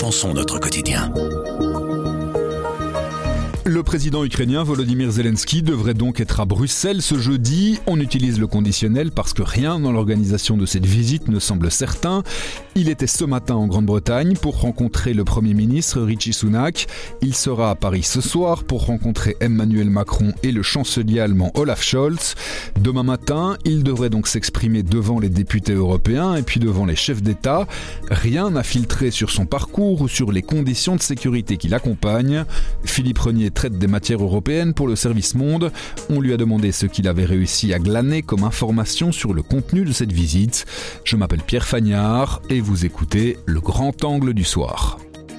repensons notre quotidien. Le président ukrainien Volodymyr Zelensky devrait donc être à Bruxelles ce jeudi. On utilise le conditionnel parce que rien dans l'organisation de cette visite ne semble certain. Il était ce matin en Grande-Bretagne pour rencontrer le Premier ministre Rishi Sunak. Il sera à Paris ce soir pour rencontrer Emmanuel Macron et le chancelier allemand Olaf Scholz. Demain matin, il devrait donc s'exprimer devant les députés européens et puis devant les chefs d'État. Rien n'a filtré sur son parcours ou sur les conditions de sécurité qui l'accompagnent. Philippe Renier traite des matières européennes pour le service Monde. On lui a demandé ce qu'il avait réussi à glaner comme information sur le contenu de cette visite. Je m'appelle Pierre Fagnard et vous écoutez Le Grand Angle du Soir.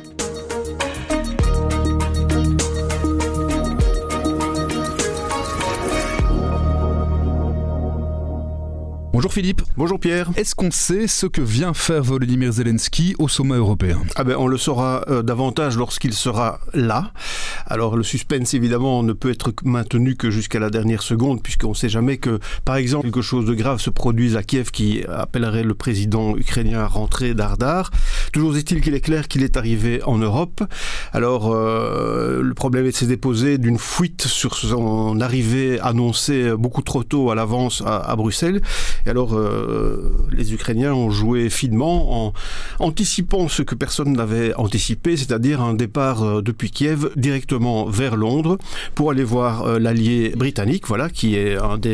Bonjour Philippe. Bonjour Pierre. Est-ce qu'on sait ce que vient faire Volodymyr Zelensky au sommet européen ? On le saura davantage lorsqu'il sera là. Alors le suspense évidemment ne peut être maintenu que jusqu'à la dernière seconde, puisqu'on ne sait jamais que par exemple quelque chose de grave se produise à Kiev qui appellerait le président ukrainien à rentrer d'Ardar. Toujours est-il qu'il est clair qu'il est arrivé en Europe. Alors le problème s'est déposé d'une fuite sur son arrivée annoncée beaucoup trop tôt à l'avance à Bruxelles. Et alors, les Ukrainiens ont joué finement en anticipant ce que personne n'avait anticipé, c'est-à-dire un départ depuis Kiev directement vers Londres pour aller voir l'allié britannique, qui est un des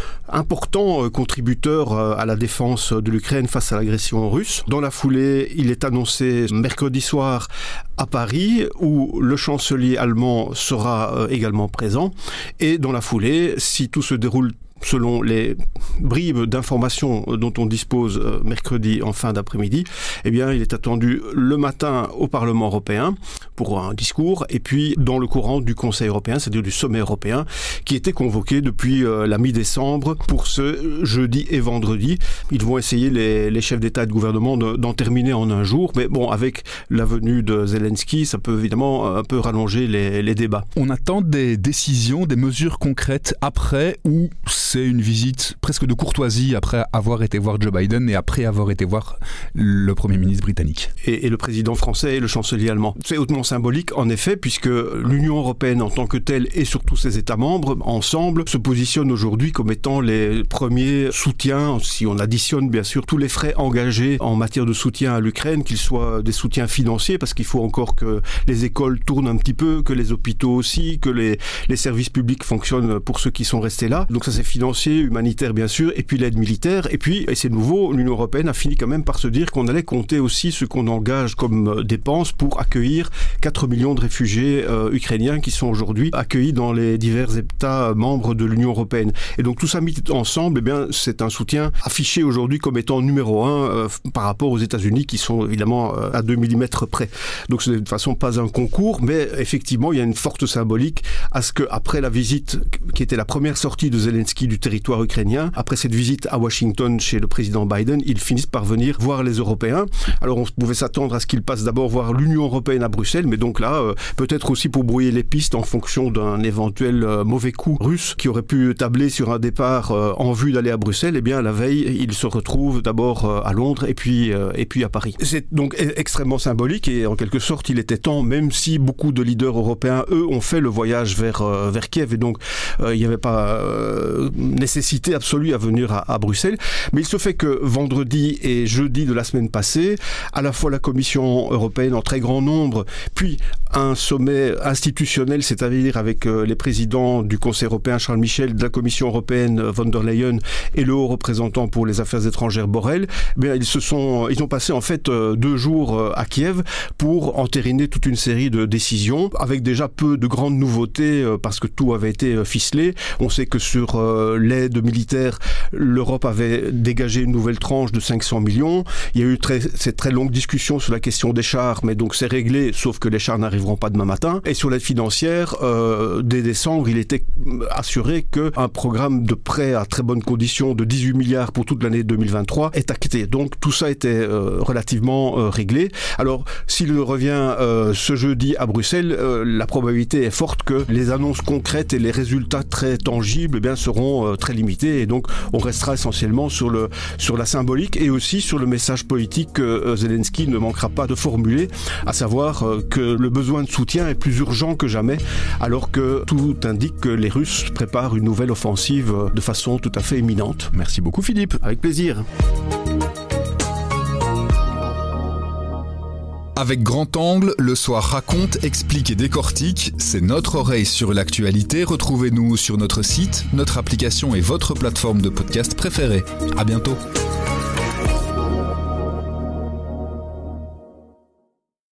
important contributeur à la défense de l'Ukraine face à l'agression russe. Dans la foulée, il est annoncé mercredi soir à Paris, où le chancelier allemand sera également présent. Et dans la foulée, si tout se déroule selon les bribes d'informations dont on dispose mercredi en fin d'après-midi, il est attendu le matin au Parlement européen pour un discours, et puis dans le courant du Conseil européen, c'est-à-dire du sommet européen, qui était convoqué depuis la mi-décembre pour ce jeudi et vendredi. Ils vont essayer, les chefs d'État et de gouvernement, d'en terminer en un jour, mais bon, avec la venue de Zelensky, ça peut évidemment un peu rallonger les débats. On attend des décisions, des mesures concrètes après, ou c'est une visite presque de courtoisie après avoir été voir Joe Biden et après avoir été voir le Premier ministre britannique. Et le président français et le chancelier allemand. C'est hautement symbolique, en effet, puisque l'Union européenne en tant que telle et surtout ses États membres, ensemble, se positionnent aujourd'hui comme étant les premiers soutiens, si on additionne bien sûr tous les frais engagés en matière de soutien à l'Ukraine, qu'ils soient des soutiens financiers, parce qu'il faut encore que les écoles tournent un petit peu, que les hôpitaux aussi, que les services publics fonctionnent pour ceux qui sont restés là. Donc ça c'est financier, humanitaire bien sûr, et puis l'aide militaire. Et puis, et c'est nouveau, l'Union européenne a fini quand même par se dire qu'on allait compter aussi ce qu'on engage comme dépenses pour accueillir 4 millions de réfugiés ukrainiens qui sont aujourd'hui accueillis dans les divers États membres de l'Union européenne. Et donc tout ça mis ensemble, c'est un soutien affiché aujourd'hui comme étant numéro 1 par rapport aux États-Unis qui sont évidemment à 2 mm près. Donc c'est de toute façon pas un concours, mais effectivement il y a une forte symbolique à ce qu'après la visite qui était la première sortie de Zelensky du territoire ukrainien, après cette visite à Washington chez le président Biden, ils finissent par venir voir les Européens. Alors on pouvait s'attendre à ce qu'ils passent d'abord voir l'Union européenne à Bruxelles, mais donc là, peut-être aussi pour brouiller les pistes en fonction d'un éventuel mauvais coup russe qui aurait pu tabler sur un départ en vue d'aller à Bruxelles, la veille, ils se retrouvent d'abord à Londres et puis à Paris. C'est donc extrêmement symbolique et en quelque sorte, il était temps, même si beaucoup de leaders européens, eux, ont fait le voyage vers Kiev et donc il n'y avait pas nécessité absolue à venir à Bruxelles. Mais il se fait que vendredi et jeudi de la semaine passée, à la fois la Commission européenne en très grand nombre, puis un sommet institutionnel, c'est-à-dire avec les présidents du Conseil européen Charles Michel, de la Commission européenne von der Leyen et le haut représentant pour les affaires étrangères Borrell, ils ont passé en fait 2 jours à Kiev pour entériner toute une série de décisions, avec déjà peu de grandes nouveautés parce que tout avait été ficelé. On sait que sur l'aide militaire, l'Europe avait dégagé une nouvelle tranche de 500 millions. Il y a eu cette très longue discussion sur la question des chars, mais donc c'est réglé, sauf que les chars n'arriveront pas demain matin. Et sur l'aide financière, dès décembre, il était assuré qu'un programme de prêt à très bonnes conditions de 18 milliards pour toute l'année 2023 est acté. Donc tout ça était relativement réglé. Alors, s'il revient ce jeudi à Bruxelles, la probabilité est forte que les annonces concrètes et les résultats très tangibles seront malheureusement très limité, et donc on restera essentiellement sur la symbolique et aussi sur le message politique que Zelensky ne manquera pas de formuler, à savoir que le besoin de soutien est plus urgent que jamais, alors que tout indique que les Russes préparent une nouvelle offensive de façon tout à fait imminente. Merci beaucoup Philippe. Avec plaisir. Avec Grand Angle, Le Soir raconte, explique et décortique. C'est notre oreille sur l'actualité. Retrouvez-nous sur notre site, notre application et votre plateforme de podcast préférée. À bientôt.